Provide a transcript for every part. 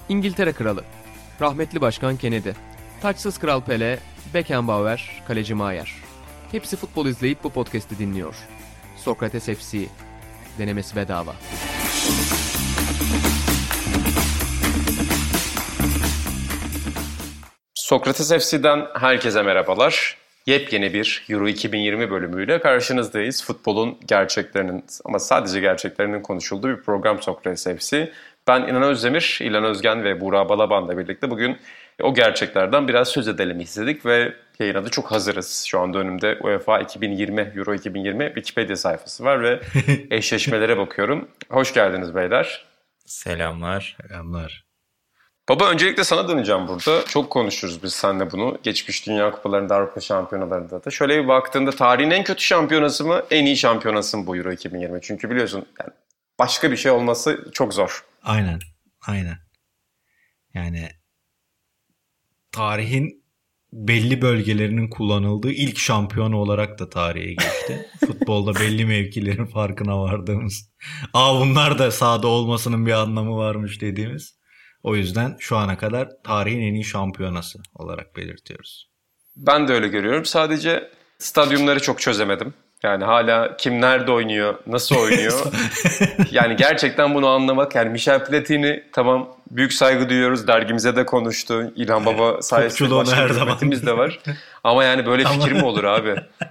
İngiltere Kralı, rahmetli Başkan Kennedy, taçsız Kral Pele, Beckenbauer, Kaleci Maier. Hepsi futbol izleyip bu podcast'i dinliyor. Sokrates FC, denemesi bedava. Sokrates FC'den herkese merhabalar. Yepyeni bir Euro 2020 bölümüyle karşınızdayız. Futbolun gerçeklerinin ama sadece gerçeklerinin konuşulduğu bir program Sokrates FC. Ben İnan Özdemir, İlhan Özgen ve Burak Balaban'la birlikte bugün o gerçeklerden biraz söz edelim istedik ve yayına da çok hazırız. Şu anda önümde UEFA 2020, Euro 2020 Wikipedia sayfası var ve eşleşmelere bakıyorum. Hoş geldiniz beyler. Selamlar. Baba, öncelikle sana döneceğim burada. Çok konuşuruz biz seninle bunu. Geçmiş Dünya Kupalarında, Avrupa Şampiyonalarında da. Şöyle bir baktığında tarihin en kötü şampiyonası mı, en iyi şampiyonası mı bu Euro 2020? Çünkü biliyorsun yani başka bir şey olması çok zor. Aynen. Yani tarihin belli bölgelerinin kullanıldığı ilk şampiyonu olarak da tarihe geçti. Futbolda belli mevkilerin farkına vardığımız. Bunlar da sahada olmasının bir anlamı varmış dediğimiz. O yüzden şu ana kadar tarihin en iyi şampiyonası olarak belirtiyoruz. Ben de öyle görüyorum. Sadece stadyumları çok çözemedim. Yani hala kim nerede oynuyor, nasıl oynuyor? Yani gerçekten bunu anlamak. Yani Michel Platini, tamam, büyük saygı duyuyoruz. Dergimize de konuştu. İlhan Baba sayesinde başka hizmetimiz de var. Ama yani böyle fikir mi olur abi?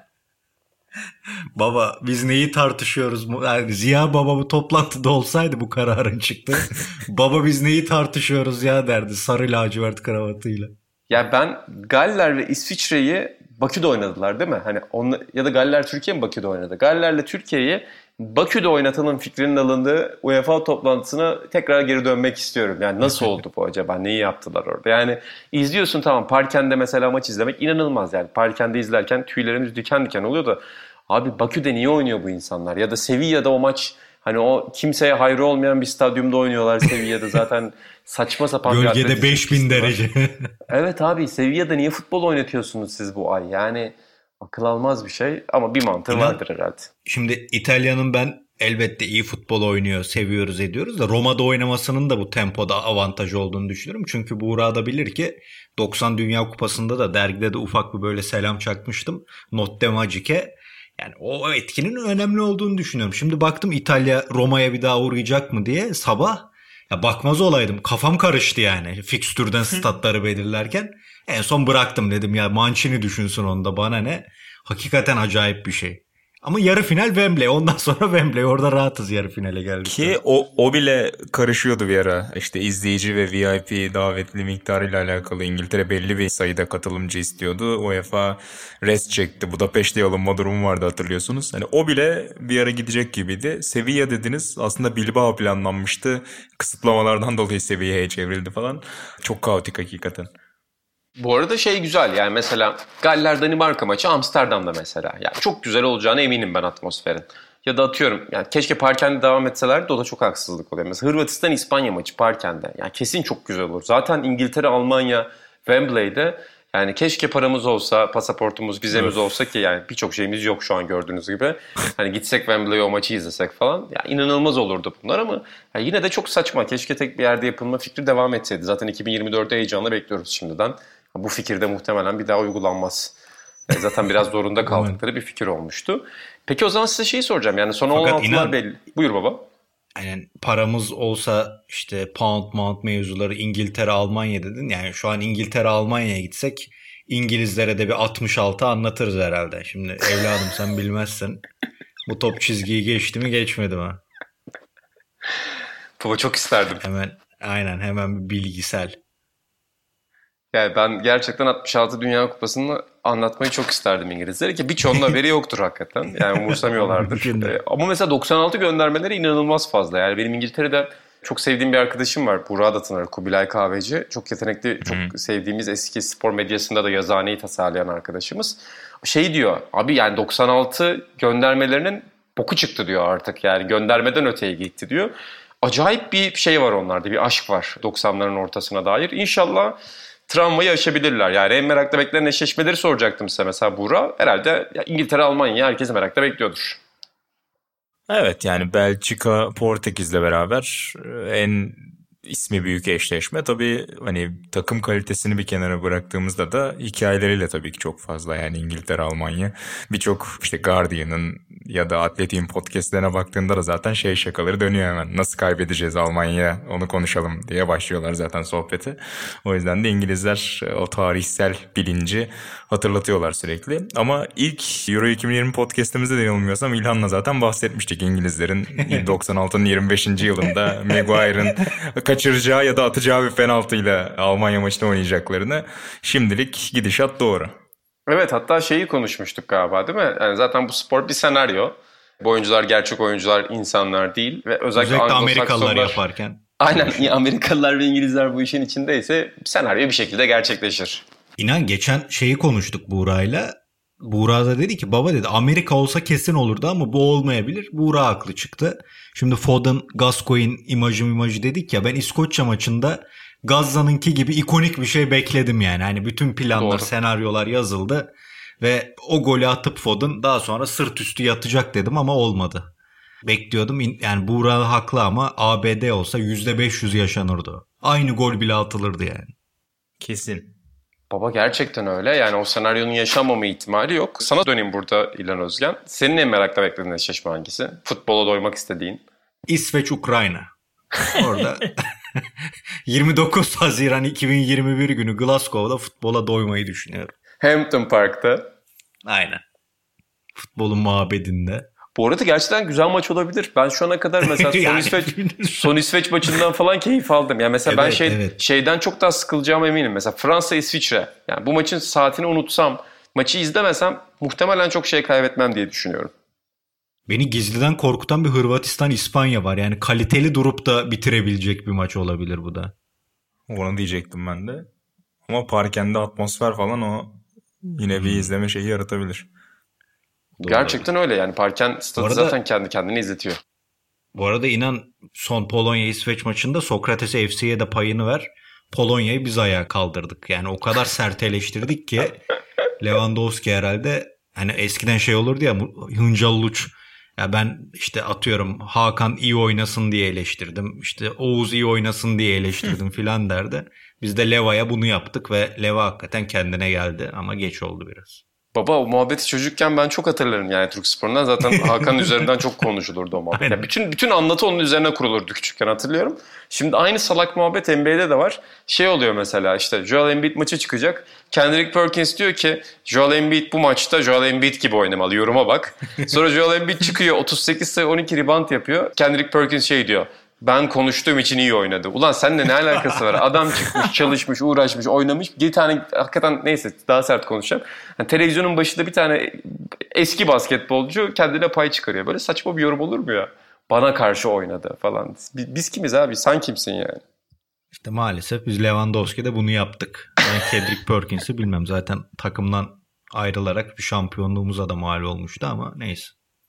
Baba biz neyi tartışıyoruz? Yani Ziya Baba bu toplantıda olsaydı bu kararın çıktı. Baba biz neyi tartışıyoruz ya derdi sarı lacivert kravatıyla. Ya ben Galler ve İsviçre'yi Bakü'de oynadılar değil mi? Hani ya da Galler Türkiye mi Bakü'de oynadı? Galler'le Türkiye'yi Bakü'de oynatalım fikrinin alındığı UEFA toplantısına tekrar geri dönmek istiyorum. Yani nasıl oldu bu acaba? Neyi yaptılar orada? Yani izliyorsun, tamam, Parken'de mesela maç izlemek inanılmaz yani. Parken'de izlerken tüylerimiz diken diken oluyor da abi Bakü'de niye oynuyor bu insanlar? Ya da Sevilla'da o maç, hani o kimseye hayrı olmayan bir stadyumda oynuyorlar Sevilla'da zaten saçma sapan bir gölgede 5000 derece. Evet abi, Sevilla'da niye futbol oynatıyorsunuz siz bu ay? Yani akıl almaz bir şey ama bir mantığı vardır herhalde. Şimdi İtalya'nın ben elbette iyi futbol oynuyor, seviyoruz ediyoruz da Roma'da oynamasının da bu tempoda avantajı olduğunu düşünüyorum. Çünkü Buğra da bilir ki 90 Dünya Kupası'nda da dergide de ufak bir böyle selam çakmıştım. Notte Magiche. Yani o etkinin önemli olduğunu düşünüyorum. Şimdi baktım İtalya Roma'ya bir daha uğrayacak mı diye sabah. Ya bakmaz olaydım. Kafam karıştı yani. Fikstürden statları belirlerken. En son bıraktım, dedim ya Mancini düşünsün onda, bana ne. Hakikaten acayip bir şey. Ama yarı final Wembley. Ondan sonra Wembley. Orada rahatız yarı finale geldik. Ki o bile karışıyordu bir ara. İşte izleyici ve VIP davetli miktarıyla alakalı İngiltere belli bir sayıda katılımcı istiyordu. UEFA rest çekti. Budapeşte alınma durumu vardı, hatırlıyorsunuz. Hani o bile bir ara gidecek gibiydi. Sevilla dediniz. Aslında Bilbao planlanmıştı. Kısıtlamalardan dolayı Sevilla'ya çevrildi falan. Çok kaotik hakikaten. Bu arada şey güzel yani, mesela Galler-Danimarka maçı Amsterdam'da mesela. Yani çok güzel olacağına eminim ben atmosferin. Ya da atıyorum yani keşke Parken'de devam etselerdi, o da çok haksızlık oluyor. Mesela Hırvatistan-İspanya maçı Parken'de. Yani kesin çok güzel olur. Zaten İngiltere-Almanya Wembley'de, yani keşke paramız olsa, pasaportumuz, vizemiz olsa ki yani birçok şeyimiz yok şu an gördüğünüz gibi. Hani gitsek Wembley'e o maçı izlesek falan. Yani inanılmaz olurdu bunlar ama yani yine de çok saçma. Keşke tek bir yerde yapılma fikri devam etseydi. Zaten 2024'te heyecanla bekliyoruz şimdiden. Bu fikir de muhtemelen bir daha uygulanmaz. Zaten biraz zorunda kaldıkları bir fikir olmuştu. Peki o zaman size şeyi soracağım. Yani son 16'lar belli. Buyur baba. Yani paramız olsa işte pound mevzuları İngiltere Almanya dedin. Yani şu an İngiltere Almanya'ya gitsek İngilizlere de bir 66 anlatırız herhalde. Şimdi evladım sen bilmezsin. Bu top çizgiyi geçti mi geçmedi mi? Baba çok isterdim. Hemen bir bilgisel. Yani ben gerçekten 66 Dünya Kupası'nı anlatmayı çok isterdim İngilizlere ki birçoğunun haberi yoktur hakikaten. Yani umursamıyorlardır. Ama mesela 96 göndermeleri inanılmaz fazla. Yani benim İngiltere'de çok sevdiğim bir arkadaşım var. Burak'ı da tanır, Kubilay Kahveci. Çok yetenekli, çok sevdiğimiz, eski spor medyasında da yazıhaneyi tasarlayan arkadaşımız. Şey diyor, abi yani 96 göndermelerinin boku çıktı diyor artık. Yani göndermeden öteye gitti diyor. Acayip bir şey var onlarda, bir aşk var 90'ların ortasına dair. İnşallah travmayı aşabilirler. Yani en merakla beklenen eşleşmeleri soracaktım size mesela Buğra. Herhalde İngiltere, Almanya herkes merakla bekliyordur. Evet yani Belçika, Portekiz'le beraber en ismi büyük eşleşme. Tabii hani takım kalitesini bir kenara bıraktığımızda da hikayeleriyle tabii ki çok fazla. Yani İngiltere, Almanya. Birçok işte Guardian'ın ya da Athletic'in podcastlerine baktığında da zaten şakaları dönüyor hemen. Nasıl kaybedeceğiz Almanya'ya, onu konuşalım diye başlıyorlar zaten sohbeti. O yüzden de İngilizler o tarihsel bilinci hatırlatıyorlar sürekli. Ama ilk Euro 2020 podcastimizde de yanılmıyorsam İlhan'la zaten bahsetmiştik İngilizlerin 96'nın 25. yılında Maguire'ın kaçıracağı ya da atacağı bir penaltıyla Almanya maçını oynayacaklarını. Şimdilik gidişat doğru. Evet, hatta şeyi konuşmuştuk galiba, değil mi? Yani zaten bu spor bir senaryo. Bu oyuncular gerçek oyuncular, insanlar değil. Ve özellikle Amerikalılar yaparken. Aynen, Amerikalılar ve İngilizler bu işin içindeyse senaryo bir şekilde gerçekleşir. İnan geçen şeyi konuştuk Buğra'yla. Buğra da dedi ki baba dedi Amerika olsa kesin olurdu ama bu olmayabilir. Buğra haklı çıktı. Şimdi Foden, Gascoigne imajı dedik ya, ben İskoçya maçında Gazza'nınki gibi ikonik bir şey bekledim yani. Hani bütün planlar, doğru, senaryolar yazıldı ve o golü atıp Foden daha sonra sırt üstü yatacak dedim ama olmadı. Bekliyordum yani Buğra haklı ama ABD olsa %500 yaşanırdı. Aynı gol bile atılırdı yani. Kesin. Baba gerçekten öyle. Yani o senaryonun yaşanmama ihtimali yok. Sana döneyim burada İlhan Özgen. Senin en merakla beklediğin eşleşme hangisi? Futbola doymak istediğin. İsveç-Ukrayna. Orada 29 Haziran 2021 günü Glasgow'da futbola doymayı düşünüyorum. Hampton Park'ta. Aynen. Futbolun mabedinde. Bu arada gerçekten güzel maç olabilir. Ben şu ana kadar mesela son İsveç maçından falan keyif aldım. Yani mesela evet, ben şeyden çok daha sıkılacağıma eminim. Mesela Fransa-İsviçre. Yani bu maçın saatini unutsam, maçı izlemesem muhtemelen çok şey kaybetmem diye düşünüyorum. Beni gizliden korkutan bir Hırvatistan-İspanya var. Yani kaliteli durup da bitirebilecek bir maç olabilir bu da. Onu diyecektim ben de. Ama Parken'de atmosfer falan o yine bir izleme şeyi yaratabilir. Gerçekten öyle yani. Parken stadı zaten kendi kendine izletiyor. Bu arada inan son Polonya-İsveç maçında Sokrates'e FC'ye de payını ver. Polonya'yı biz ayağa kaldırdık. Yani o kadar sert eleştirdik ki Lewandowski herhalde hani eskiden şey olurdu ya Hıncalluç. Ya ben işte atıyorum Hakan iyi oynasın diye eleştirdim. İşte Oğuz iyi oynasın diye eleştirdim filan derdi. Biz de Leva'ya bunu yaptık ve Leva hakikaten kendine geldi ama geç oldu biraz. Baba o muhabbeti çocukken ben çok hatırlarım yani Türk sporundan. Zaten Hakan üzerinden çok konuşulurdu o muhabbet. Yani bütün anlatı onun üzerine kurulurdu küçükken, hatırlıyorum. Şimdi aynı salak muhabbet NBA'de de var. Şey oluyor mesela, işte Joel Embiid maçı çıkacak. Kendrick Perkins diyor ki Joel Embiid bu maçta Joel Embiid gibi oynamalı. Yoruma bak. Sonra Joel Embiid çıkıyor, 38 sayı 12 rebound yapıyor. Kendrick Perkins şey diyor. Ben konuştuğum için iyi oynadı. Ulan seninle ne alakası var? Adam çıkmış, çalışmış, uğraşmış, oynamış. Bir tane hakikaten, neyse daha sert konuşacağım. Yani televizyonun başında bir tane eski basketbolcu kendine pay çıkarıyor. Böyle saçma bir yorum olur mu ya? Bana karşı oynadı falan. Biz kimiz abi? Sen kimsin yani? İşte maalesef biz Lewandowski'de bunu yaptık. Ben Kendrick Perkins'i bilmem. Zaten takımdan ayrılarak bir şampiyonluğumuza da mal olmuştu ama neyse.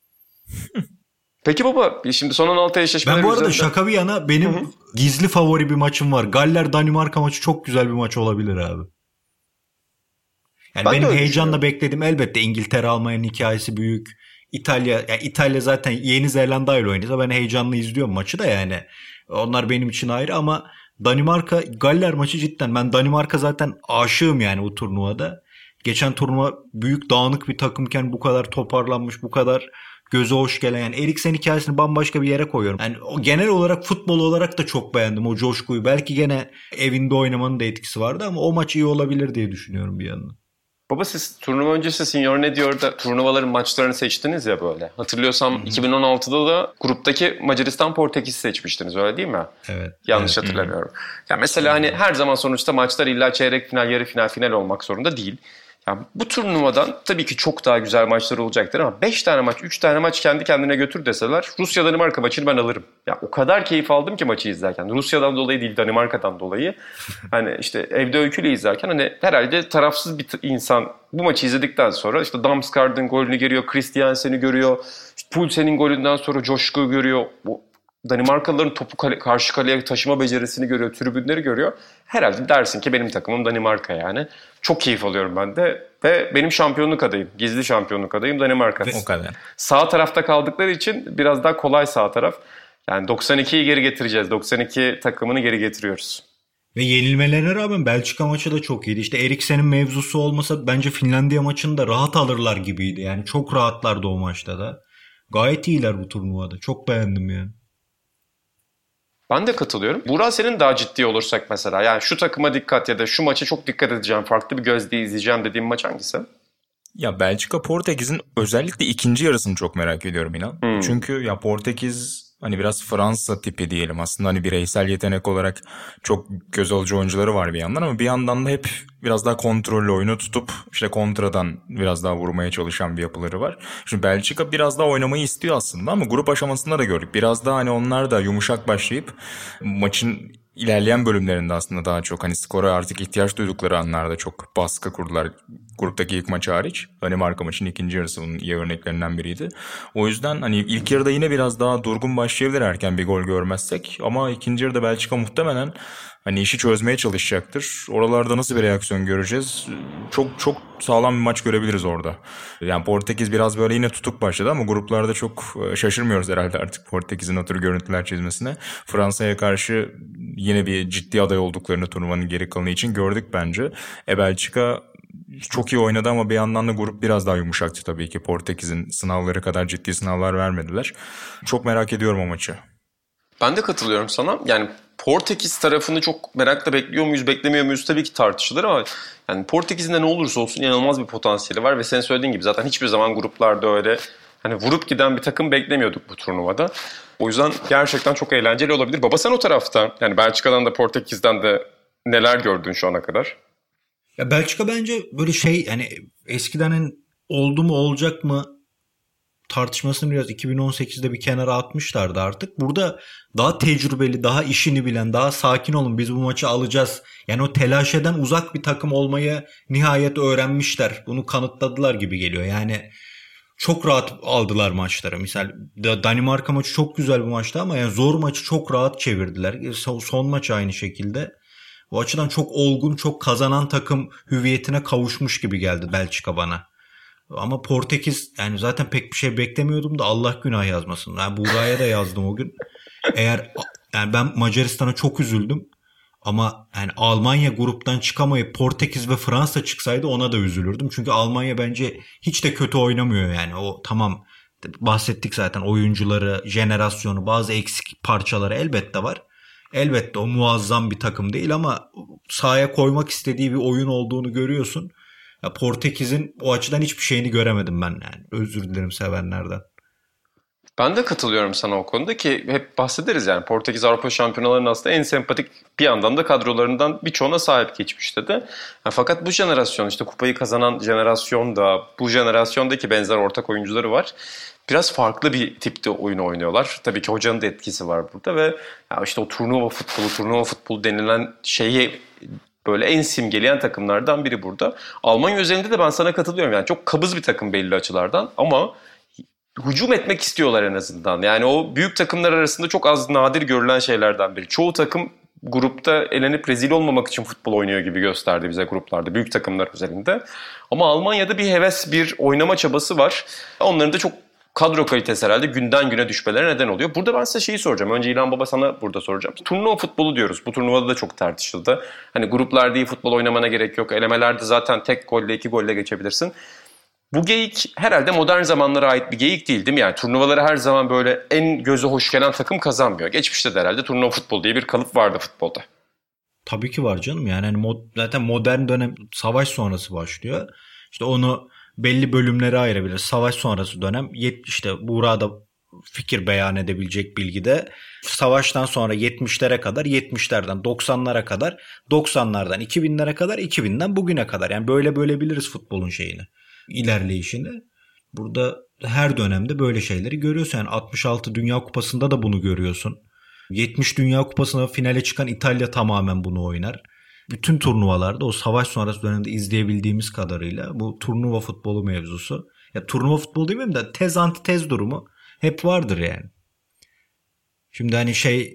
Peki baba, şimdi son 16 eşleşmeleri Ben bu arada üzerinde... şaka bir yana benim gizli favori bir maçım var. Galler-Danimarka maçı çok güzel bir maç olabilir abi. Yani Ben benim heyecanla beklediğim elbette İngiltere-Almanya'nın hikayesi büyük. İtalya zaten Yeni Zelanda ile oynuyorsa ben heyecanlı izliyorum maçı da yani. Onlar benim için ayrı ama Danimarka-Galler maçı cidden. Ben Danimarka zaten aşığım yani bu turnuvada. Geçen turnuva büyük dağınık bir takımken bu kadar toparlanmış, bu kadar göze hoş gelen, yani Eriksen hikayesini bambaşka bir yere koyuyorum. Yani genel olarak futbol olarak da çok beğendim o coşkuyu. Belki gene evinde oynamanın da etkisi vardı ama o maç iyi olabilir diye düşünüyorum bir yandan. Baba siz turnuva öncesi Senior Ne Diyor'da turnuvaların maçlarını seçtiniz ya böyle. Hatırlıyorsam 2016'da da gruptaki Macaristan Portekiz'i seçmiştiniz, öyle değil mi? Evet. Yanlış hatırlamıyorum. Ya mesela hani her zaman sonuçta maçlar illa çeyrek final, yarı final, final olmak zorunda değil. Yani bu turnuvadan tabii ki çok daha güzel maçlar olacaktır ama 5 tane maç, 3 tane maç kendi kendine götür deseler Rusya-Danimarka maçını ben alırım. Ya o kadar keyif aldım ki maçı izlerken. Rusya'dan dolayı değil, Danimarka'dan dolayı. Hani işte evde öyküyle izlerken hani herhalde tarafsız bir insan bu maçı izledikten sonra işte Damsgaard'ın golünü görüyor, Christiansen'i görüyor, işte Poulsen'in golünden sonra coşku görüyor. Bu Danimarkalıların topu karşı kaleye taşıma becerisini görüyor, tribünleri görüyor. Herhalde dersin ki benim takımım Danimarka yani. Çok keyif alıyorum ben de. Ve benim şampiyonluk adayım, gizli şampiyonluk adayım Danimarka. O kadar. Sağ tarafta kaldıkları için biraz daha kolay sağ taraf. Yani 92'yi geri getireceğiz. 92 takımını geri getiriyoruz. Ve yenilmelerine rağmen Belçika maçı da çok iyiydi. İşte Eriksen'in mevzusu olmasa bence Finlandiya maçını da rahat alırlar gibiydi. Yani çok rahatlardı o maçta da. Gayet iyiler bu turnuvada. Çok beğendim yani. Ben de katılıyorum. Burak, senin daha ciddi olursak mesela, yani şu takıma dikkat ya da şu maça çok dikkat edeceğim, farklı bir gözle izleyeceğim dediğim maç hangisi? Ya Belçika Portekiz'in özellikle ikinci yarısını çok merak ediyorum inan. Çünkü ya Portekiz hani biraz Fransa tipi diyelim aslında, hani bireysel yetenek olarak çok göz alıcı oyuncuları var bir yandan, ama bir yandan da hep biraz daha kontrollü oyunu tutup işte kontradan biraz daha vurmaya çalışan bir yapıları var. Şimdi Belçika biraz daha oynamayı istiyor aslında, ama grup aşamasında da gördük. Biraz daha hani onlar da yumuşak başlayıp maçın ilerleyen bölümlerinde aslında daha çok hani skora artık ihtiyaç duydukları anlarda çok baskı kurdular. Gruptaki ilk maç hariç. Danimarka maçının ikinci yarısı bunun iyi örneklerinden biriydi. O yüzden hani ilk yarıda yine biraz daha durgun başlayabilir erken bir gol görmezsek. Ama ikinci yarıda Belçika muhtemelen hani işi çözmeye çalışacaktır. Oralarda nasıl bir reaksiyon göreceğiz? Çok çok sağlam bir maç görebiliriz orada. Yani Portekiz biraz böyle yine tutuk başladı, ama gruplarda çok şaşırmıyoruz herhalde artık Portekiz'in o tür görüntüler çizmesine. Fransa'ya karşı yine bir ciddi aday olduklarını turnuvanın geri kalanı için gördük bence. Belçika çok iyi oynadı, ama bir yandan da grup biraz daha yumuşaktı tabii ki. Portekiz'in sınavları kadar ciddi sınavlar vermediler. Çok merak ediyorum o maçı. Ben de katılıyorum sana. Yani Portekiz tarafını çok merakla bekliyor muyuz, beklemiyor muyuz tabii ki tartışılır, ama yani Portekiz'in de ne olursa olsun inanılmaz bir potansiyeli var ve senin söylediğin gibi zaten hiçbir zaman gruplarda öyle hani vurup giden bir takım beklemiyorduk bu turnuvada. O yüzden gerçekten çok eğlenceli olabilir. Baba, sen o tarafta, yani Belçika'dan da Portekiz'den de neler gördün şu ana kadar? Ya Belçika bence böyle şey, yani eskiden oldu mu olacak mı tartışmasını biraz 2018'de bir kenara atmışlardı artık. Burada daha tecrübeli, daha işini bilen, daha sakin olun biz bu maçı alacağız. Yani o telaş eden uzak bir takım olmayı nihayet öğrenmişler. Bunu kanıtladılar gibi geliyor. Yani çok rahat aldılar maçları. Misal Danimarka maçı çok güzel bir maçtı, ama yani zor maçı çok rahat çevirdiler. Son maç aynı şekilde. O açıdan çok olgun, çok kazanan takım hüviyetine kavuşmuş gibi geldi Belçika bana. Ama Portekiz, yani zaten pek bir şey beklemiyordum da Allah günah yazmasın. Yani Buğra'ya da yazdım o gün. Yani ben Macaristan'a çok üzüldüm. Ama yani Almanya gruptan çıkamayıp Portekiz ve Fransa çıksaydı ona da üzülürdüm. Çünkü Almanya bence hiç de kötü oynamıyor yani. O tamam, bahsettik zaten, oyuncuları, jenerasyonu, bazı eksik parçaları elbette var. Elbette o muazzam bir takım değil, ama sahaya koymak istediği bir oyun olduğunu görüyorsun. Ya Portekiz'in o açıdan hiçbir şeyini göremedim ben yani. Özür dilerim sevenlerden. Ben de katılıyorum sana o konuda ki hep bahsederiz yani Portekiz Avrupa Şampiyonalarının aslında en sempatik, bir yandan da kadrolarından birçoğuna sahip geçmişti de. Yani fakat bu jenerasyon, işte kupayı kazanan jenerasyon da, bu jenerasyondaki benzer ortak oyuncuları var. Biraz farklı bir tipte oyun oynuyorlar. Tabii ki hocanın da etkisi var burada ve ya işte o turnuva futbolu denilen şeyi böyle en simgeleyen takımlardan biri burada. Almanya özelinde de ben sana katılıyorum. Yani çok kabız bir takım belli açılardan, ama hücum etmek istiyorlar en azından. Yani o büyük takımlar arasında çok az nadir görülen şeylerden biri. Çoğu takım grupta elenip rezil olmamak için futbol oynuyor gibi gösterdi bize gruplarda, büyük takımlar özelinde. Ama Almanya'da bir heves, bir oynama çabası var. Onların da çok kadro kalitesi herhalde günden güne düşmelerine neden oluyor. Burada ben size şeyi soracağım. Önce İlhan Baba, sana burada soracağım. Turnuva futbolu diyoruz. Bu turnuvada da çok tartışıldı. Hani gruplarda iyi futbol oynamana gerek yok. Elemelerde zaten tek golle, 2 golle geçebilirsin. Bu geyik herhalde modern zamanlara ait bir geyik değil mi? Yani turnuvaları her zaman böyle en göze hoş gelen takım kazanmıyor. Geçmişte de herhalde turnuva futbolu diye bir kalıp vardı futbolda. Tabii ki var canım. Yani zaten modern dönem savaş sonrası başlıyor. İşte onu belli bölümlere ayırabiliriz. Savaş sonrası dönem, işte Buğra'da fikir beyan edebilecek bilgide savaştan sonra 70'lere kadar, 70'lerden 90'lara kadar, 90'lardan 2000'lere kadar, 2000'den bugüne kadar. Yani böyle bölebiliriz futbolun şeyini, ilerleyişini. Burada her dönemde böyle şeyleri görüyorsun. Yani 66 Dünya Kupası'nda da bunu görüyorsun. 70 Dünya Kupası'na finale çıkan İtalya tamamen bunu oynar. Bütün turnuvalarda o savaş sonrası dönemde izleyebildiğimiz kadarıyla bu turnuva futbolu mevzusu. Ya turnuva futbolu demeyeyim de tez antitez durumu hep vardır yani. Şimdi hani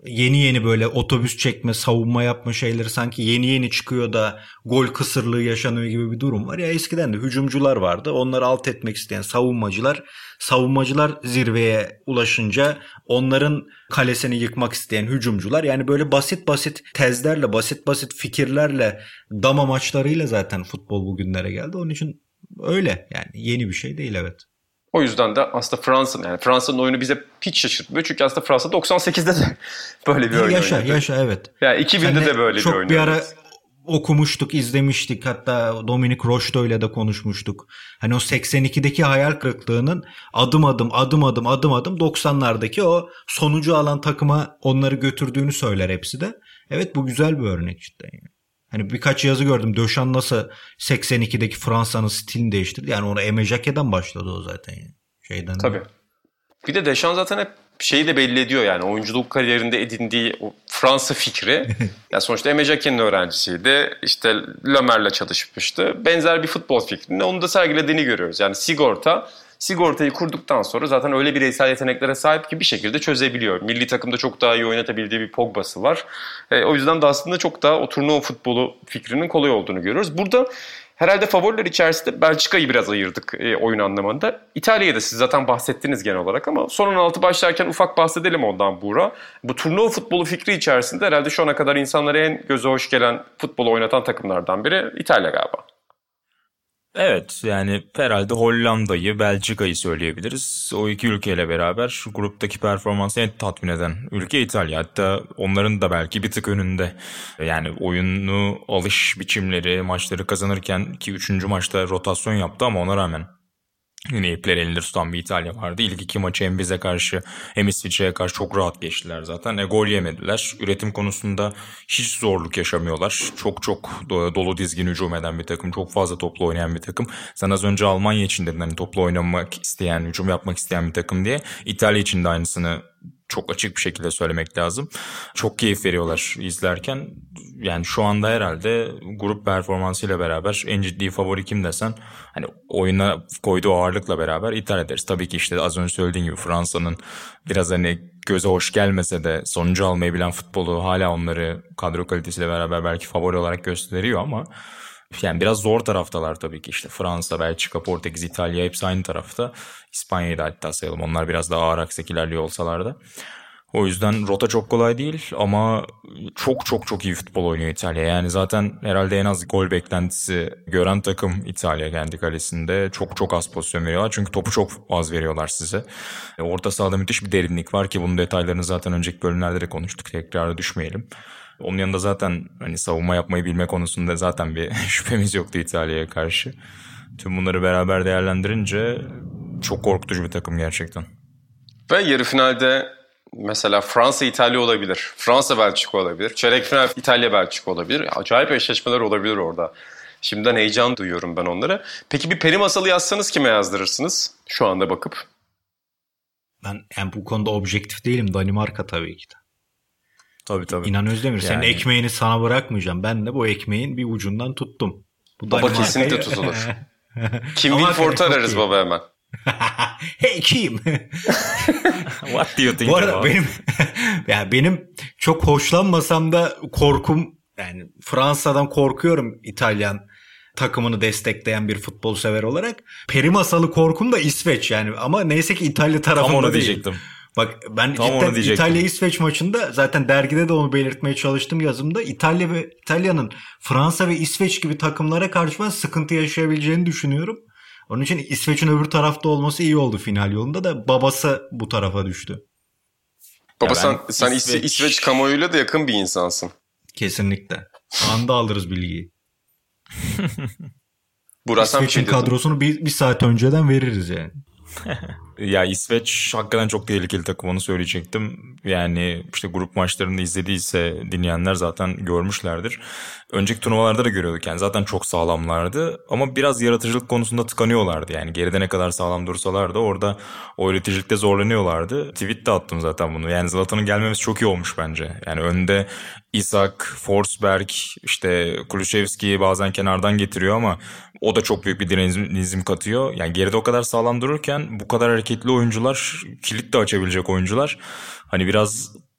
yeni böyle otobüs çekme, savunma yapma şeyleri sanki yeni çıkıyor da gol kısırlığı yaşanıyor gibi bir durum var. Ya eskiden de hücumcular vardı. Onları alt etmek isteyen savunmacılar zirveye ulaşınca onların kalesini yıkmak isteyen hücumcular. Yani böyle basit tezlerle, basit fikirlerle, dama maçlarıyla zaten futbol bugünlere geldi. Onun için öyle, yani yeni bir şey değil, evet. O yüzden de aslında Fransa'nın oyunu bize hiç şaşırtmıyor. Çünkü aslında Fransa 98'de de böyle bir oyun oynadı. Yaşa evet. Yani 2000'de de böyle bir oyun oynadı. Çok bir ara okumuştuk, izlemiştik. Hatta Dominic Rocheteau ile de konuşmuştuk. Hani o 82'deki hayal kırıklığının adım adım 90'lardaki o sonucu alan takıma onları götürdüğünü söyler hepsi de. Evet, bu güzel bir örnek cidden yani. Hani birkaç yazı gördüm. Deschamps nasıl 82'deki Fransa'nın stilini değiştirdi. Yani onu Aimé Jacquet'den başladı o zaten yani. Tabii. Bir de Deschamps zaten hep şeyi de belli ediyor yani. Oyunculuk kariyerinde edindiği o Fransa fikri. Yani sonuçta Aimé Jacquet'in öğrencisiydi. İşte Lömer'le çalışmıştı. Benzer bir futbol fikrini onu da sergilediğini görüyoruz. Yani sigortayı kurduktan sonra zaten öyle bireysel yeteneklere sahip ki bir şekilde çözebiliyor. Milli takımda çok daha iyi oynatabildiği bir Pogba'sı var. O yüzden de aslında çok daha o turnuva futbolu fikrinin kolay olduğunu görüyoruz. Burada herhalde favoriler içerisinde Belçika'yı biraz ayırdık oyun anlamında. İtalya'yı da siz zaten bahsettiniz genel olarak ama son 16 başlarken ufak bahsedelim ondan Buğra. Bu turnuva futbolu fikri içerisinde herhalde şu ana kadar insanlara en göze hoş gelen futbolu oynatan takımlardan biri İtalya galiba. Evet, yani herhalde Hollanda'yı, Belçika'yı söyleyebiliriz. O iki ülkeyle beraber gruptaki performansı en tatmin eden ülke İtalya. Hatta onların da belki bir tık önünde. Yani oyunu, alış biçimleri, maçları kazanırken ki 3. maçta rotasyon yaptı ama ona rağmen yine ipleri elinde tutan bir İtalya vardı. İlk iki maçı hem bize karşı hem İsviçre'ye karşı çok rahat geçtiler zaten. Gol yemediler. Üretim konusunda hiç zorluk yaşamıyorlar. Çok dolu dizgin hücum eden bir takım. Çok fazla toplu oynayan bir takım. Sen az önce Almanya için dedin hani toplu oynamak isteyen, hücum yapmak isteyen bir takım diye. İtalya için de aynısını çok açık bir şekilde söylemek lazım. Çok keyif veriyorlar izlerken. Yani şu anda herhalde grup performansıyla beraber en ciddi favori kim desen hani oyuna koyduğu ağırlıkla beraber İtalya deriz. Tabii ki işte az önce söylediğin gibi Fransa'nın biraz hani göze hoş gelmese de sonucu almayı bilen futbolu hala onları kadro kalitesiyle beraber belki favori olarak gösteriyor ama yani biraz zor taraftalar tabii ki işte Fransa, Belçika, Portekiz, İtalya hepsi aynı tarafta. İspanya'yı da hatta sayalım. Onlar biraz daha ağır aksak ilerliyor olsalar da. O yüzden rota çok kolay değil ama çok iyi futbol oynuyor İtalya. Yani zaten herhalde en az gol beklentisi gören takım İtalya kendi kalesinde. Çok az pozisyon veriyorlar. Çünkü topu çok az veriyorlar size. Orta sahada müthiş bir derinlik var ki bunun detaylarını zaten önceki bölümlerde de konuştuk. Tekrara düşmeyelim. Onun yanında zaten hani savunma yapmayı bilme konusunda zaten bir şüphemiz yoktu İtalya'ya karşı. Tüm bunları beraber değerlendirince çok korkutucu bir takım gerçekten. Ve yarı finalde mesela Fransa-İtalya olabilir. Fransa-Belçika olabilir. Çeyrek final İtalya-Belçika olabilir. Acayip eşleşmeler olabilir orada. Şimdiden heyecan duyuyorum ben onlara. Peki bir peri masalı yazsanız kime yazdırırsınız şu anda bakıp? Ben yani bu konuda objektif değilim. Danimarka tabii ki de. Tabii. İnan Özdemir, senin ekmeğini sana bırakmayacağım. Ben de bu ekmeğin bir ucundan tuttum. Bu baba kesinlikle tutulur. Kim Wilford'u ararız baba hemen. Hey Kim. What do you think? Bu arada benim çok hoşlanmasam da korkum, yani Fransa'dan korkuyorum İtalyan takımını destekleyen bir futbol sever olarak. Peri masalı korkum da İsveç yani, ama neyse ki İtalya tarafında değil. Tam onu diyecektim. Bak ben cidden İtalya-İsveç maçında zaten dergide de onu belirtmeye çalıştım yazımda. İtalya'nın Fransa ve İsveç gibi takımlara karşı ben sıkıntı yaşayabileceğini düşünüyorum. Onun için İsveç'in öbür tarafta olması iyi oldu final yolunda da babası bu tarafa düştü. Baba sen İsveç kamuoyuyla da yakın bir insansın. Kesinlikle. Anda alırız bilgiyi. İsveç'in kadrosunu bir saat önceden veririz yani. Ya İsveç hakikaten çok tehlikeli takım, onu söyleyecektim. Yani işte grup maçlarını izlediyse dinleyenler zaten görmüşlerdir. Önceki turnuvalarda da görüyorduk yani zaten çok sağlamlardı ama biraz yaratıcılık konusunda tıkanıyorlardı. Yani geride ne kadar sağlam dursalar da orada o yaratıcılıkta zorlanıyorlardı. Tweet de attım zaten bunu. Yani Zlatan'ın gelmemesi çok iyi olmuş bence. Yani önde Isak, Forsberg, işte Kulusevski'yi bazen kenardan getiriyor ama o da çok büyük bir dinamizm katıyor. Yani geride o kadar sağlam dururken bu kadar hareketli oyuncular, kilit de açabilecek oyuncular. Hani biraz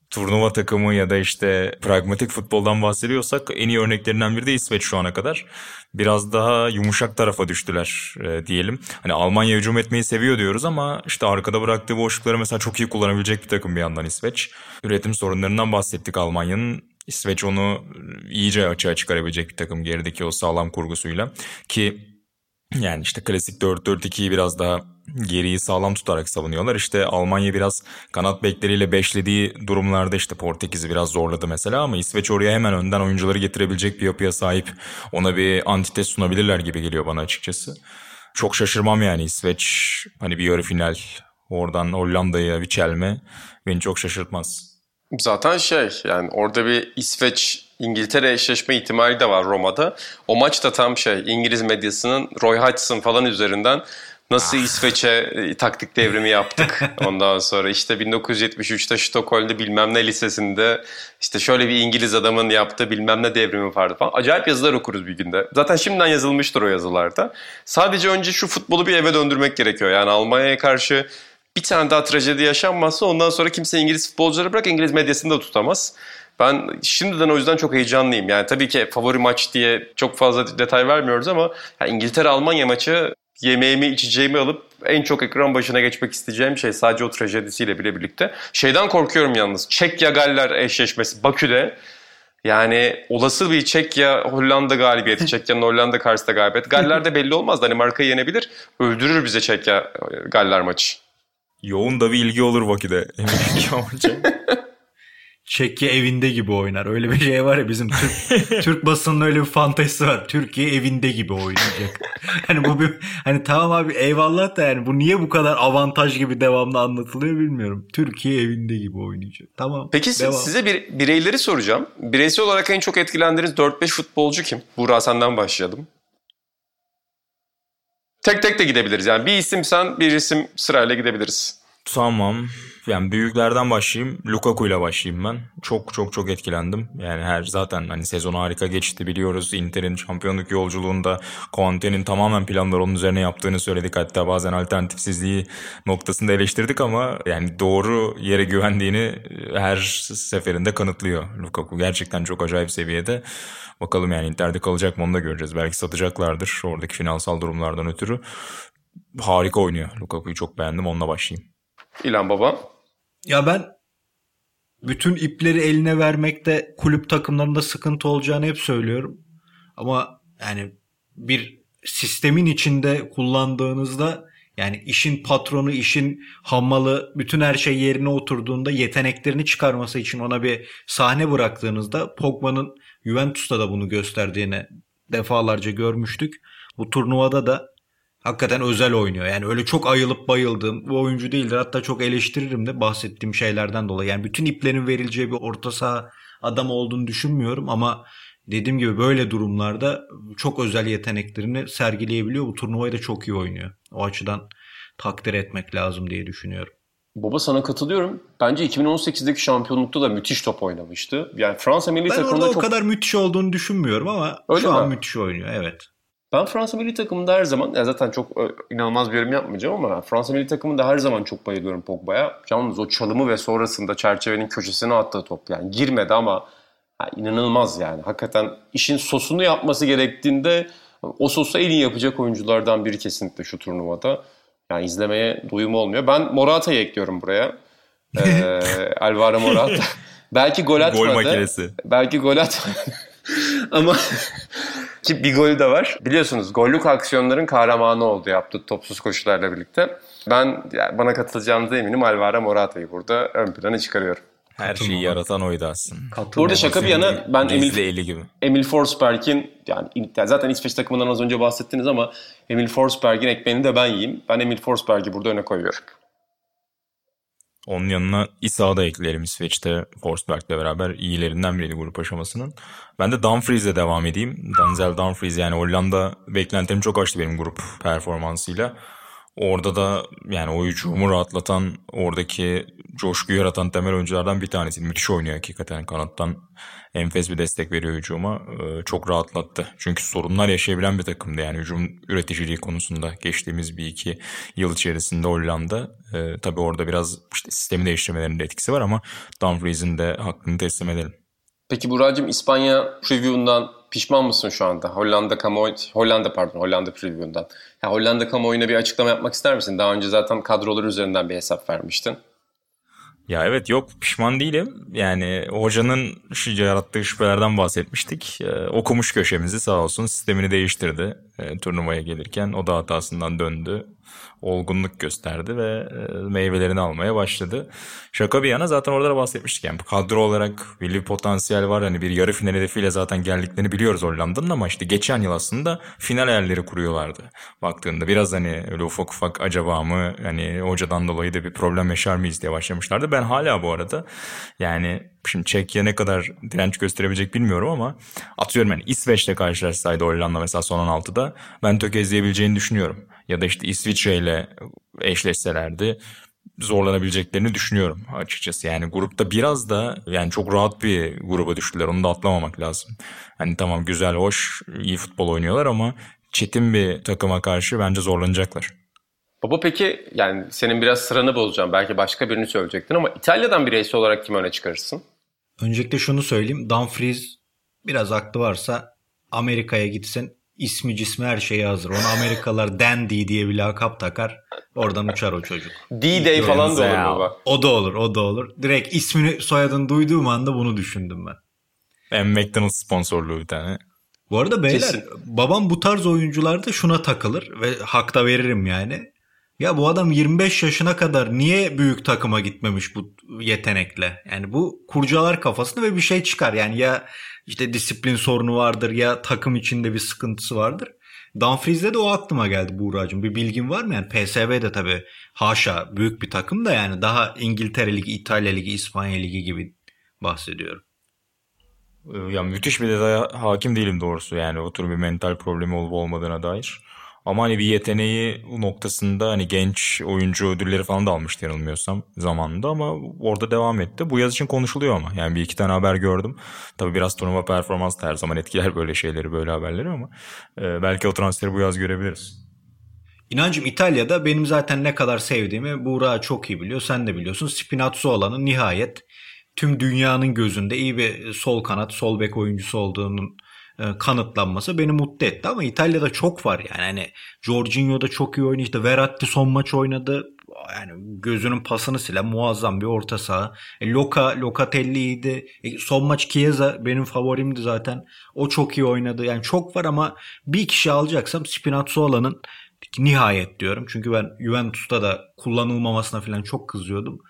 turnuva takımı ya da işte pragmatik futboldan bahsediyorsak en iyi örneklerinden biri de İsveç şu ana kadar. Biraz daha yumuşak tarafa düştüler diyelim. Hani Almanya hücum etmeyi seviyor diyoruz ama işte arkada bıraktığı boşlukları mesela çok iyi kullanabilecek bir takım bir yandan İsveç. Üretim sorunlarından bahsettik Almanya'nın. İsveç onu iyice açığa çıkarabilecek bir takım gerideki o sağlam kurgusuyla. Ki yani işte klasik 4-4-2'yi biraz daha geriyi sağlam tutarak savunuyorlar. İşte Almanya biraz kanat bekleriyle beşlediği durumlarda işte Portekiz'i biraz zorladı mesela ama İsveç oraya hemen önden oyuncuları getirebilecek bir yapıya sahip. Ona bir antites sunabilirler gibi geliyor bana açıkçası. Çok şaşırmam yani İsveç hani bir yarı final oradan Hollanda'ya bir çelme beni çok şaşırtmaz. Zaten yani orada bir İsveç-İngiltere eşleşme ihtimali de var Roma'da. O maç da tam İngiliz medyasının Roy Hodgson falan üzerinden nasıl İsveç'e taktik devrimi yaptık. Ondan sonra işte 1973'te Stockholm'de bilmem ne lisesinde işte şöyle bir İngiliz adamın yaptığı bilmem ne devrimi vardı falan. Acayip yazılar okuruz bir günde. Zaten şimdiden yazılmıştır o yazılarda. Sadece önce şu futbolu bir eve döndürmek gerekiyor. Yani Almanya'ya karşı bir tane daha trajedi yaşanmazsa ondan sonra kimse İngiliz futbolcuları bırak İngiliz medyasını da tutamaz. Ben şimdiden o yüzden çok heyecanlıyım. Yani tabii ki favori maç diye çok fazla detay vermiyoruz ama yani İngiltere-Almanya maçı yemeğimi içeceğimi alıp en çok ekran başına geçmek isteyeceğim şey sadece o trajedisiyle bile birlikte. Şeyden korkuyorum yalnız. Çekya-Galler eşleşmesi Bakü'de. Yani olası bir Çekya-Hollanda galibiyeti. Çekya'nın Hollanda karşısında galibiyeti. Galler de belli olmaz. Danimarka'yı yenebilir. Öldürür bize Çekya-Galler maçı. Yoğun da bir ilgi olur Bakü'de. Eminim ki Çekya evinde gibi oynar. Öyle bir şey var ya bizim Türk basının öyle bir fantezisi var. Türkiye evinde gibi oynayacak. Hani bu bir hani tamam abi eyvallah da yani bu niye bu kadar avantaj gibi devamlı anlatılıyor bilmiyorum. Türkiye evinde gibi oynayacak. Tamam. Peki size bireyleri soracağım. Bireysel olarak en çok etkilendiğiniz 4-5 futbolcu kim? Buğra senden başlayalım. Tek tek de gidebiliriz. Yani bir isim sen, bir isim sırayla gidebiliriz. Tamam. Yani büyüklerden başlayayım. Lukaku'yla başlayayım ben. Çok etkilendim. Yani zaten hani sezon harika geçti biliyoruz. Inter'in şampiyonluk yolculuğunda Conte'nin tamamen planları onun üzerine yaptığını söyledik. Hatta bazen alternatifsizliği noktasında eleştirdik ama yani doğru yere güvendiğini her seferinde kanıtlıyor Lukaku. Gerçekten çok acayip seviyede. Bakalım yani Inter'de kalacak mı onu da göreceğiz. Belki satacaklardır oradaki finansal durumlardan ötürü. Harika oynuyor. Lukaku'yu çok beğendim. Onunla başlayayım. İlhan Baba. Ya ben bütün ipleri eline vermekte kulüp takımlarında sıkıntı olacağını hep söylüyorum. Ama yani bir sistemin içinde kullandığınızda yani işin patronu, işin hammalı, bütün her şey yerine oturduğunda yeteneklerini çıkarması için ona bir sahne bıraktığınızda Pogba'nın Juventus'ta da bunu gösterdiğini defalarca görmüştük. Bu turnuvada da hakikaten özel oynuyor. Yani öyle çok ayılıp bayıldığım bu oyuncu değildir. Hatta çok eleştiririm de bahsettiğim şeylerden dolayı. Yani bütün iplerin verileceği bir orta saha adam olduğunu düşünmüyorum ama dediğim gibi böyle durumlarda çok özel yeteneklerini sergileyebiliyor. Bu turnuvayı da çok iyi oynuyor. O açıdan takdir etmek lazım diye düşünüyorum. Baba sana katılıyorum. Bence 2018'deki şampiyonlukta da müthiş top oynamıştı. Yani Fransa milli takımında Ben orada o kadar müthiş olduğunu düşünmüyorum ama öyle şu an müthiş oynuyor. Evet. Ben Fransa milli takımında her zaman, ya zaten çok inanılmaz bir yorum yapmayacağım ama Fransa milli takımında her zaman çok bayılıyorum Pogba'ya. Yalnız o çalımı ve sonrasında çerçevenin köşesine attığı top yani girmedi ama inanılmaz yani. Hakikaten işin sosunu yapması gerektiğinde o sosu en iyi yapacak oyunculardan biri kesinlikle şu turnuvada. Yani izlemeye doyumu olmuyor. Ben Morata'yı ekliyorum buraya. Alvaro Morata. Belki gol atmadı. Gol makinesi. Belki gol atmadı. Ama ki bir golü de var. Biliyorsunuz gollük aksiyonların kahramanı oldu yaptığı topsuz koşularla birlikte. Ben bana katılacağınıza eminim Alvaro Morata'yı burada ön plana çıkarıyorum. Her şeyi yaratan oydu aslında. Burada şaka bir yana ben Emil Forsberg'in yani zaten İsveç takımından az önce bahsettiniz ama Emil Forsberg'in ekmeğini de ben yiyeyim. Ben Emil Forsberg'i burada öne koyuyorum. Onun yanına İsa'yı da ekleyelim İsveç'te Forsberg'le beraber iyilerinden biriydi grup aşamasının. Ben de Dumfries'le devam edeyim. Denzel Dumfries yani Hollanda beklentilerim çok aştı benim grup performansıyla. Orada da yani o hücumu rahatlatan, oradaki coşkuyu yaratan temel oyunculardan bir tanesi. Müthiş oynuyor hakikaten kanattan. Enfes bir destek veriyor hücuma. Çok rahatlattı. Çünkü sorunlar yaşayabilen bir takımdı yani hücum üreticiliği konusunda geçtiğimiz bir iki yıl içerisinde Hollanda. Tabii orada biraz işte sistemi değiştirmelerinin de etkisi var ama Dumfries'in de hakkını teslim edelim. Peki Burak'cığım, İspanya preview'undan pişman mısın şu anda? Hollanda preview'undan. Ya Hollanda kamuoyuna bir açıklama yapmak ister misin? Daha önce zaten kadrolar üzerinden bir hesap vermiştin. Ya evet, yok pişman değilim. Yani hocanın yarattığı şüphelerden bahsetmiştik. Okumuş köşemizi, sağ olsun sistemini değiştirdi. Turnuvaya gelirken o da hatasından döndü. Olgunluk gösterdi ve meyvelerini almaya başladı. Şaka bir yana zaten orada da bahsetmiştik. Yani kadro olarak belli bir potansiyel var. Hani bir yarı final hedefiyle zaten geldiklerini biliyoruz Hollanda'nın ama işte geçen yıl aslında final hayalleri kuruyorlardı. Baktığında biraz hani öyle ufak ufak acaba mı hani hocadan dolayı da bir problem yaşar mıyız diye başlamışlardı. Ben hala bu arada yani şimdi Çekya ne kadar direnç gösterebilecek bilmiyorum ama atıyorum yani İsveç'le karşılaşsaydı Hollanda mesela son 16'da ben tökezleyebileceğini düşünüyorum. Ya da işte İsviçre ile eşleşselerdi zorlanabileceklerini düşünüyorum açıkçası. Yani grupta biraz da yani çok rahat bir gruba düştüler. Onu da atlamamak lazım. Hani tamam güzel, hoş, iyi futbol oynuyorlar ama çetin bir takıma karşı bence zorlanacaklar. Baba peki yani senin biraz sıranı bozacağım. Belki başka birini söyleyecektin ama İtalya'dan bireysel olarak kimi öne çıkarırsın? Öncelikle şunu söyleyeyim. Dumfries biraz aklı varsa Amerika'ya gitsin. İsmi cismi her şeyi hazır. Ona Amerikalılar Dandy diye bir lakap takar. Oradan uçar o çocuk. D-Day falan da olur baba. O da olur, o da olur. Direkt ismini, soyadını duyduğum anda bunu düşündüm ben. McDonald's sponsorluğu bir tane. Bu arada beyler, Kesin. babam bu tarz oyuncularda şuna takılır ve hak da veririm yani. Ya bu adam 25 yaşına kadar niye büyük takıma gitmemiş bu yetenekle? Yani bu kurcalar kafasını ve bir şey çıkar. Yani ya işte disiplin sorunu vardır ya takım içinde bir sıkıntısı vardır. Dumfries'de de o aklıma geldi Buğra'cığım. Bir bilgin var mı? Yani PSV'de tabii haşa büyük bir takım da yani daha İngiltere Ligi, İtalya Ligi, İspanya Ligi gibi bahsediyorum. Ya müthiş bir detaya hakim değilim doğrusu yani o tür bir mental problemi olup olmadığına dair. Ama hani bir yeteneği noktasında hani genç oyuncu ödülleri falan da almıştı yanılmıyorsam zamanında ama orada devam etti. Bu yaz için konuşuluyor ama yani bir iki tane haber gördüm. Tabii biraz turnuva performans da her zaman etkiler böyle şeyleri, böyle haberleri ama belki o transferi bu yaz görebiliriz. İnancım, İtalya'da benim zaten ne kadar sevdiğimi Buğra çok iyi biliyor. Sen de biliyorsun. Spinazzola'nın nihayet tüm dünyanın gözünde iyi bir sol kanat, sol bek oyuncusu olduğunun kanıtlanması beni mutlu etti. Ama İtalya'da çok var yani. Hani Jorginho da çok iyi oynuyor. İşte Verratti son maç oynadı. Yani gözünün pasını silen muazzam bir orta saha. Locatelli iyiydi. Son maç Chiesa benim favorimdi zaten. O çok iyi oynadı. Yani çok var ama bir kişi alacaksam Spinazzola'nın nihayet diyorum. Çünkü ben Juventus'ta da kullanılmamasına falan çok kızıyordum.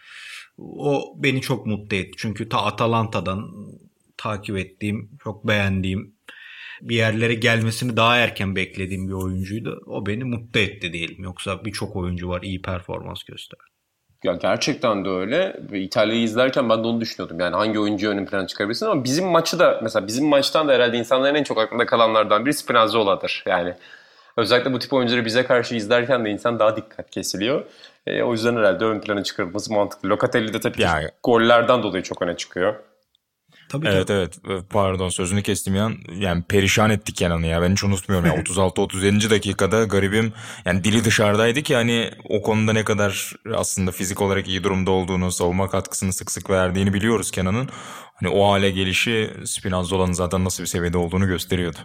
O beni çok mutlu etti. Çünkü ta Atalanta'dan takip ettiğim, çok beğendiğim, bir yerlere gelmesini daha erken beklediğim bir oyuncuydu. O beni mutlu etti diyelim. Yoksa birçok oyuncu var iyi performans gösteren. Ya gerçekten de öyle. Ve İtalya'yı izlerken ben de onu düşünüyordum. Yani hangi oyuncuyu ön plana çıkarabilirsin ama bizim maçı da mesela bizim maçtan da herhalde insanların en çok aklında kalanlardan biri Spinazzola'dır. Yani özellikle bu tip oyuncuları bize karşı izlerken de insan daha dikkat kesiliyor. O yüzden herhalde ön plana çıkarılması mantıklı. Locatelli de tabii Yani, gollerden dolayı çok öne çıkıyor. Tabii evet pardon sözünü kestim yani perişan ettik Kenan'ı ya, ben hiç unutmuyorum ya 36-37. dakikada garibim yani dili dışarıdaydı ki hani o konuda ne kadar aslında fizik olarak iyi durumda olduğunu, savunma katkısını sık sık verdiğini biliyoruz Kenan'ın. Hani o hale gelişi Spinazzola'nın zaten nasıl bir seviyede olduğunu gösteriyordu.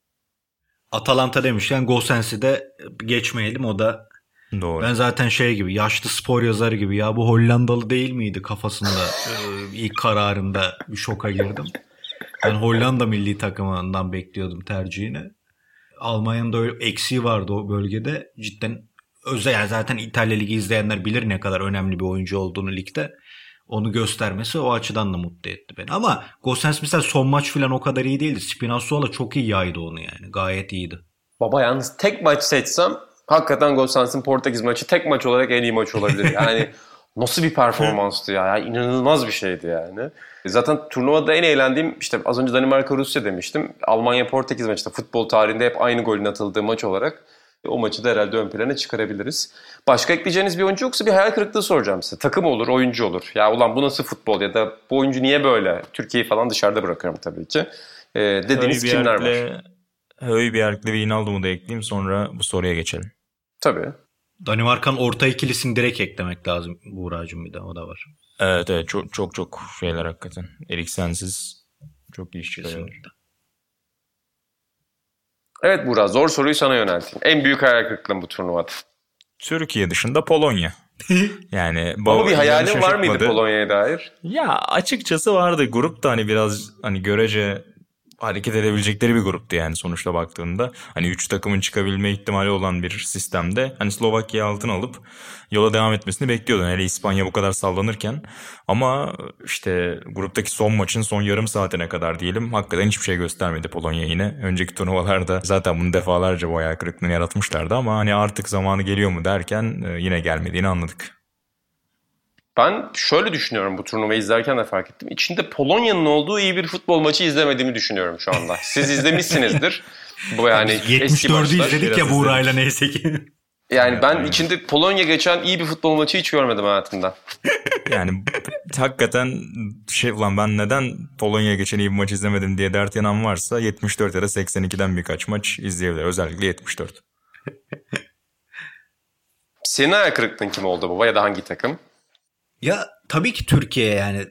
Atalanta demişken Gosens'i de geçmeyelim, o da Doğru. ben zaten şey gibi, yaşlı spor yazarı gibi, ya bu Hollandalı değil miydi kafasında ilk kararında bir şoka girdim. Ben Hollanda milli takımından bekliyordum tercihini. Almanya'nın da öyle eksiği vardı o bölgede. Cidden özel, yani zaten İtalya Ligi izleyenler bilir ne kadar önemli bir oyuncu olduğunu ligde. Onu göstermesi o açıdan da mutlu etti beni. Ama Gosens mesela son maç falan o kadar iyi değildi. Spinazzola çok iyi yaydı onu yani. Gayet iyiydi. Baba yalnız tek maç seçsem hakikaten Gosens'in Portekiz maçı tek maç olarak en iyi maç olabilir. Yani nasıl bir performanstı ya. Yani inanılmaz bir şeydi yani. Zaten turnuvada en eğlendiğim işte az önce Danimarka-Rusya demiştim. Almanya-Portekiz maçı da futbol tarihinde hep aynı golün atıldığı maç olarak O maçı da herhalde ön plana çıkarabiliriz. Başka ekleyeceğiniz bir oyuncu yoksa bir hayal kırıklığı soracağım size. Takım olur, oyuncu olur. Ya ulan bu nasıl futbol ya da bu oyuncu niye böyle? Türkiye'yi falan dışarıda bırakıyorum tabii ki. Dediğiniz kimler var? Højbjerg'le ve Wijnaldum'u da ekleyeyim, sonra bu soruya geçelim. Tabii. Danimarka'nın orta ikilisini direkt eklemek lazım Buğra'cığım, bir de o da var. Evet çok şeyler hakikaten. Eriksensiz çok iyi iş çıkarıyor. Evet Buğra, zor soruyu sana yönelteyim. En büyük hayal kırıklığın bu turnuvada. Türkiye dışında Polonya. Yani ama bir hayalin var mıydı Polonya'ya dair? Ya açıkçası vardı. Grup da hani biraz hani görece hareket edebilecekleri bir gruptu yani sonuçta baktığında. Hani 3 takımın çıkabilme ihtimali olan bir sistemde hani Slovakya'yı altına alıp yola devam etmesini bekliyordun. Hele İspanya bu kadar sallanırken. Ama işte gruptaki son maçın son yarım saatine kadar diyelim hakikaten hiçbir şey göstermedi Polonya yine. Önceki turnuvalarda zaten bunu defalarca bu hayal kırıklığını yaratmışlardı ama hani artık zamanı geliyor mu derken yine gelmediğini anladık. Ben şöyle düşünüyorum, bu turnuvayı izlerken de fark ettim. İçinde Polonya'nın olduğu iyi bir futbol maçı izlemediğimi düşünüyorum şu anda. Siz izlemişsinizdir. Bu yani 74'ü izledik ya Buğra'yla neyse ki. Yani ben içinde Polonya geçen iyi bir futbol maçı hiç görmedim hayatımda. Yani hakikaten ulan ben neden Polonya'ya geçen iyi bir maç izlemedim diye dert yanan varsa 74 ya da 82'den birkaç maç izleyebilir. Özellikle 74. Senin hayal kırıklığın kim oldu baba ya da hangi takım? Ya tabii ki Türkiye yani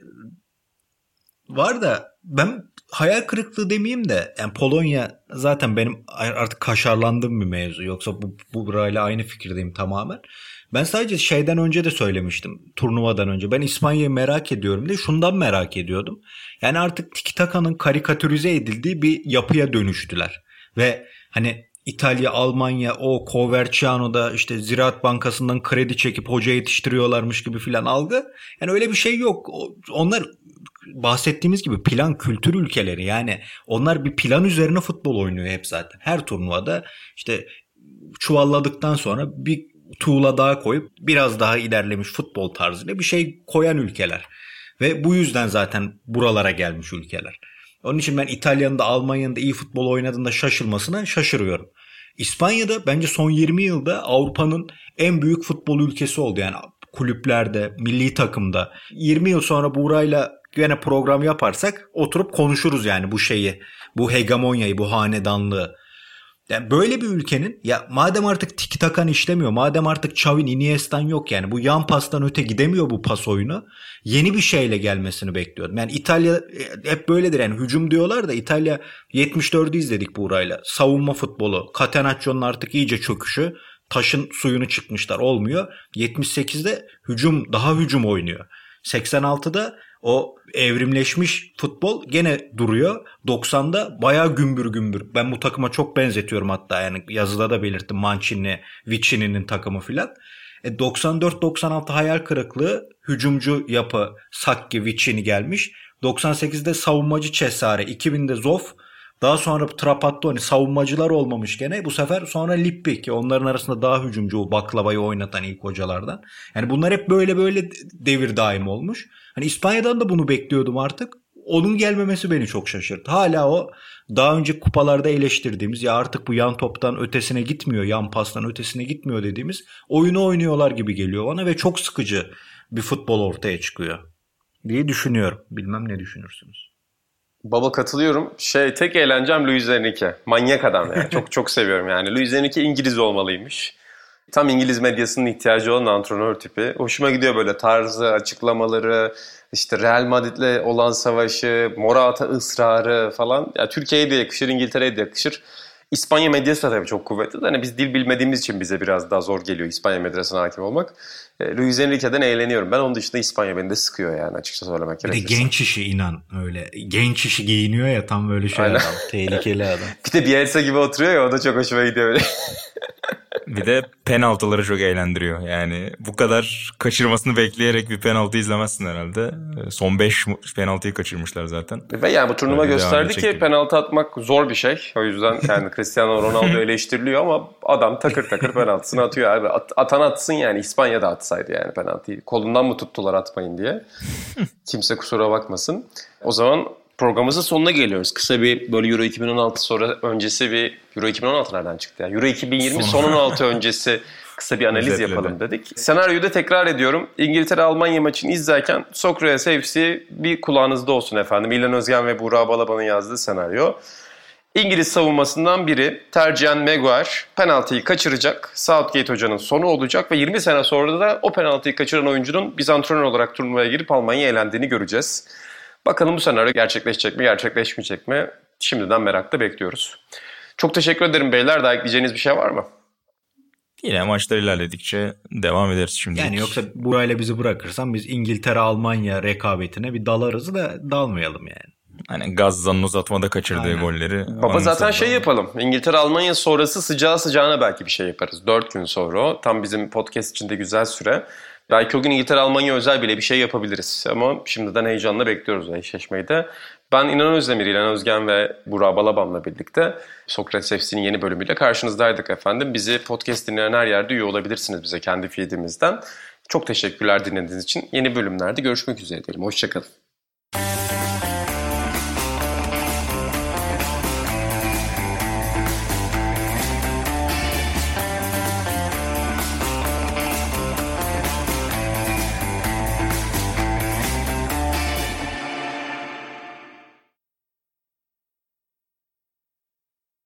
var da ben hayal kırıklığı demeyeyim de yani Polonya zaten benim artık kaşarlandığım bir mevzu. Yoksa bu burayla aynı fikirdeyim tamamen. Ben sadece şeyden önce de söylemiştim, turnuvadan önce. Ben İspanya'yı merak ediyorum diye şundan merak ediyordum. Yani artık Tiki Taka'nın karikatürize edildiği bir yapıya dönüştüler. Ve hani İtalya, Almanya, o Coverciano'da işte Ziraat Bankası'ndan kredi çekip hoca yetiştiriyorlarmış gibi filan algı. Yani öyle bir şey yok. Onlar bahsettiğimiz gibi plan kültür ülkeleri, yani onlar bir plan üzerine futbol oynuyor hep zaten. Her turnuvada işte çuvalladıktan sonra bir tuğla daha koyup biraz daha ilerlemiş futbol tarzıyla bir şey koyan ülkeler. Ve bu yüzden zaten buralara gelmiş ülkeler. Onun için ben İtalya'nın da Almanya'nın da iyi futbol oynadığında şaşırmasına şaşırıyorum. İspanya'da bence son 20 yılda Avrupa'nın en büyük futbol ülkesi oldu. Yani kulüplerde, milli takımda. 20 yıl sonra Buğra'yla gene program yaparsak oturup konuşuruz yani bu şeyi. Bu hegemonyayı, bu hanedanlığı. Yani böyle bir ülkenin, ya madem artık tiki takan işlemiyor, madem artık Xavi, Iniesta'dan yok, yani bu yan pastan öte gidemiyor bu pas oyunu, yeni bir şeyle gelmesini bekliyordum. Yani İtalya hep böyledir yani, hücum diyorlar da İtalya 74'ü izledik Buğra'yla. Savunma futbolu, Catenaccio'nun artık iyice çöküşü, taşın suyunu çıkmışlar, olmuyor. 78'de daha hücum oynuyor. 86'da o evrimleşmiş futbol gene duruyor. 90'da bayağı gümbür gümbür. Ben bu takıma çok benzetiyorum hatta, yani yazıda da belirttim, Mancini, Vicini'nin takımı filan. 94-96 hayal kırıklığı, hücumcu yapı Sacchi, Vicini gelmiş. 98'de savunmacı Cesare, 2000'de Zoff. Daha sonra Trapattoni, savunmacılar olmamış gene. Bu sefer sonra Lippi, ki onların arasında daha hücumcu, o baklavayı oynatan ilk hocalardan. Yani bunlar hep böyle devir daim olmuş. Hani İspanya'dan da bunu bekliyordum artık. Onun gelmemesi beni çok şaşırttı. Hala o daha önce kupalarda eleştirdiğimiz, ya artık bu yan toptan ötesine gitmiyor, yan pastan ötesine gitmiyor dediğimiz oyunu oynuyorlar gibi geliyor bana ve çok sıkıcı bir futbol ortaya çıkıyor diye düşünüyorum. Bilmem ne düşünürsünüz? Baba katılıyorum. Tek eğlencem Luis Enrique. Manyak adam yani. Çok seviyorum yani. Luis Enrique İngiliz olmalıymış. Tam İngiliz medyasının ihtiyacı olan antrenör tipi. Hoşuma gidiyor böyle tarzı, açıklamaları, işte Real Madrid'le olan savaşı, Morata ısrarı falan. Ya Türkiye'ye de yakışır, İngiltere'ye de yakışır. İspanya medyası da tabii çok kuvvetli. Hani biz dil bilmediğimiz için bize biraz daha zor geliyor İspanya medyasına hakim olmak. Luis Enrique'den eğleniyorum. Ben onun dışında İspanya beni de sıkıyor yani, açıkça söylemek gerekirse. Bir de genç işi, inan öyle. Genç işi giyiniyor ya, tam böyle şey adam. Tehlikeli adam. Bir de Bielsa gibi oturuyor ya, o da çok hoşuma gidiyor böyle. Bir de penaltıları çok eğlendiriyor. Yani bu kadar kaçırmasını bekleyerek bir penaltı izlemezsin herhalde. Son 5 penaltıyı kaçırmışlar zaten. Ve yani bu turnuva gösterdi ki penaltı atmak zor bir şey. O yüzden yani Cristiano Ronaldo eleştiriliyor ama adam takır takır penaltısını atıyor abi. Atan atsın yani. İspanya'da atsaydı yani penaltıyı. Kolundan mı tuttular atmayın diye. Kimse kusura bakmasın. O zaman programımızın sonuna geliyoruz. Kısa bir böyle Euro 2016 sonra öncesi bir Euro 2016 nereden çıktı ya? Euro 2020 son 16 öncesi kısa bir analiz yapalım dedik. Senaryoyu da tekrar ediyorum. İngiltere-Almanya maçını izlerken Sokrates FC bir kulağınızda olsun efendim. İlhan Özgen ve Burak Balaban'ın yazdığı senaryo. İngiliz savunmasından biri tercihen Maguire penaltıyı kaçıracak. Southgate hocanın sonu olacak ve 20 sene sonra da o penaltıyı kaçıran oyuncunun biz antrenör olarak turnuvaya girip Almanya'ya elendiğini göreceğiz. Bakalım bu senaryo gerçekleşecek mi, gerçekleşmeyecek mi? Şimdiden merakla bekliyoruz. Çok teşekkür ederim beyler. Daha ekleyeceğiniz bir şey var mı? Yine maçlar ilerledikçe devam ederiz şimdi. Yani yoksa burayla bizi bırakırsan biz İngiltere-Almanya rekabetine bir dalarız da dalmayalım yani. Hani Gazza'nın uzatmada kaçırdığı golleri. Baba zaten şey yapalım. İngiltere-Almanya sonrası sıcağı sıcağına belki bir şey yaparız. 4 gün sonra o. Tam bizim podcast için de güzel süre. Belki o gün İngiltere-Almanya özel bile bir şey yapabiliriz. Ama şimdiden heyecanla bekliyoruz o eşleşmeyi de. Ben İnan Özdemir, İlhan Özgen ve Burak Balaban'la birlikte Sokrates FC'nin yeni bölümüyle karşınızdaydık efendim. Bizi podcast dinleyen her yerde üye olabilirsiniz bize kendi feedimizden. Çok teşekkürler dinlediğiniz için. Yeni bölümlerde görüşmek üzere diyelim. Hoşçakalın.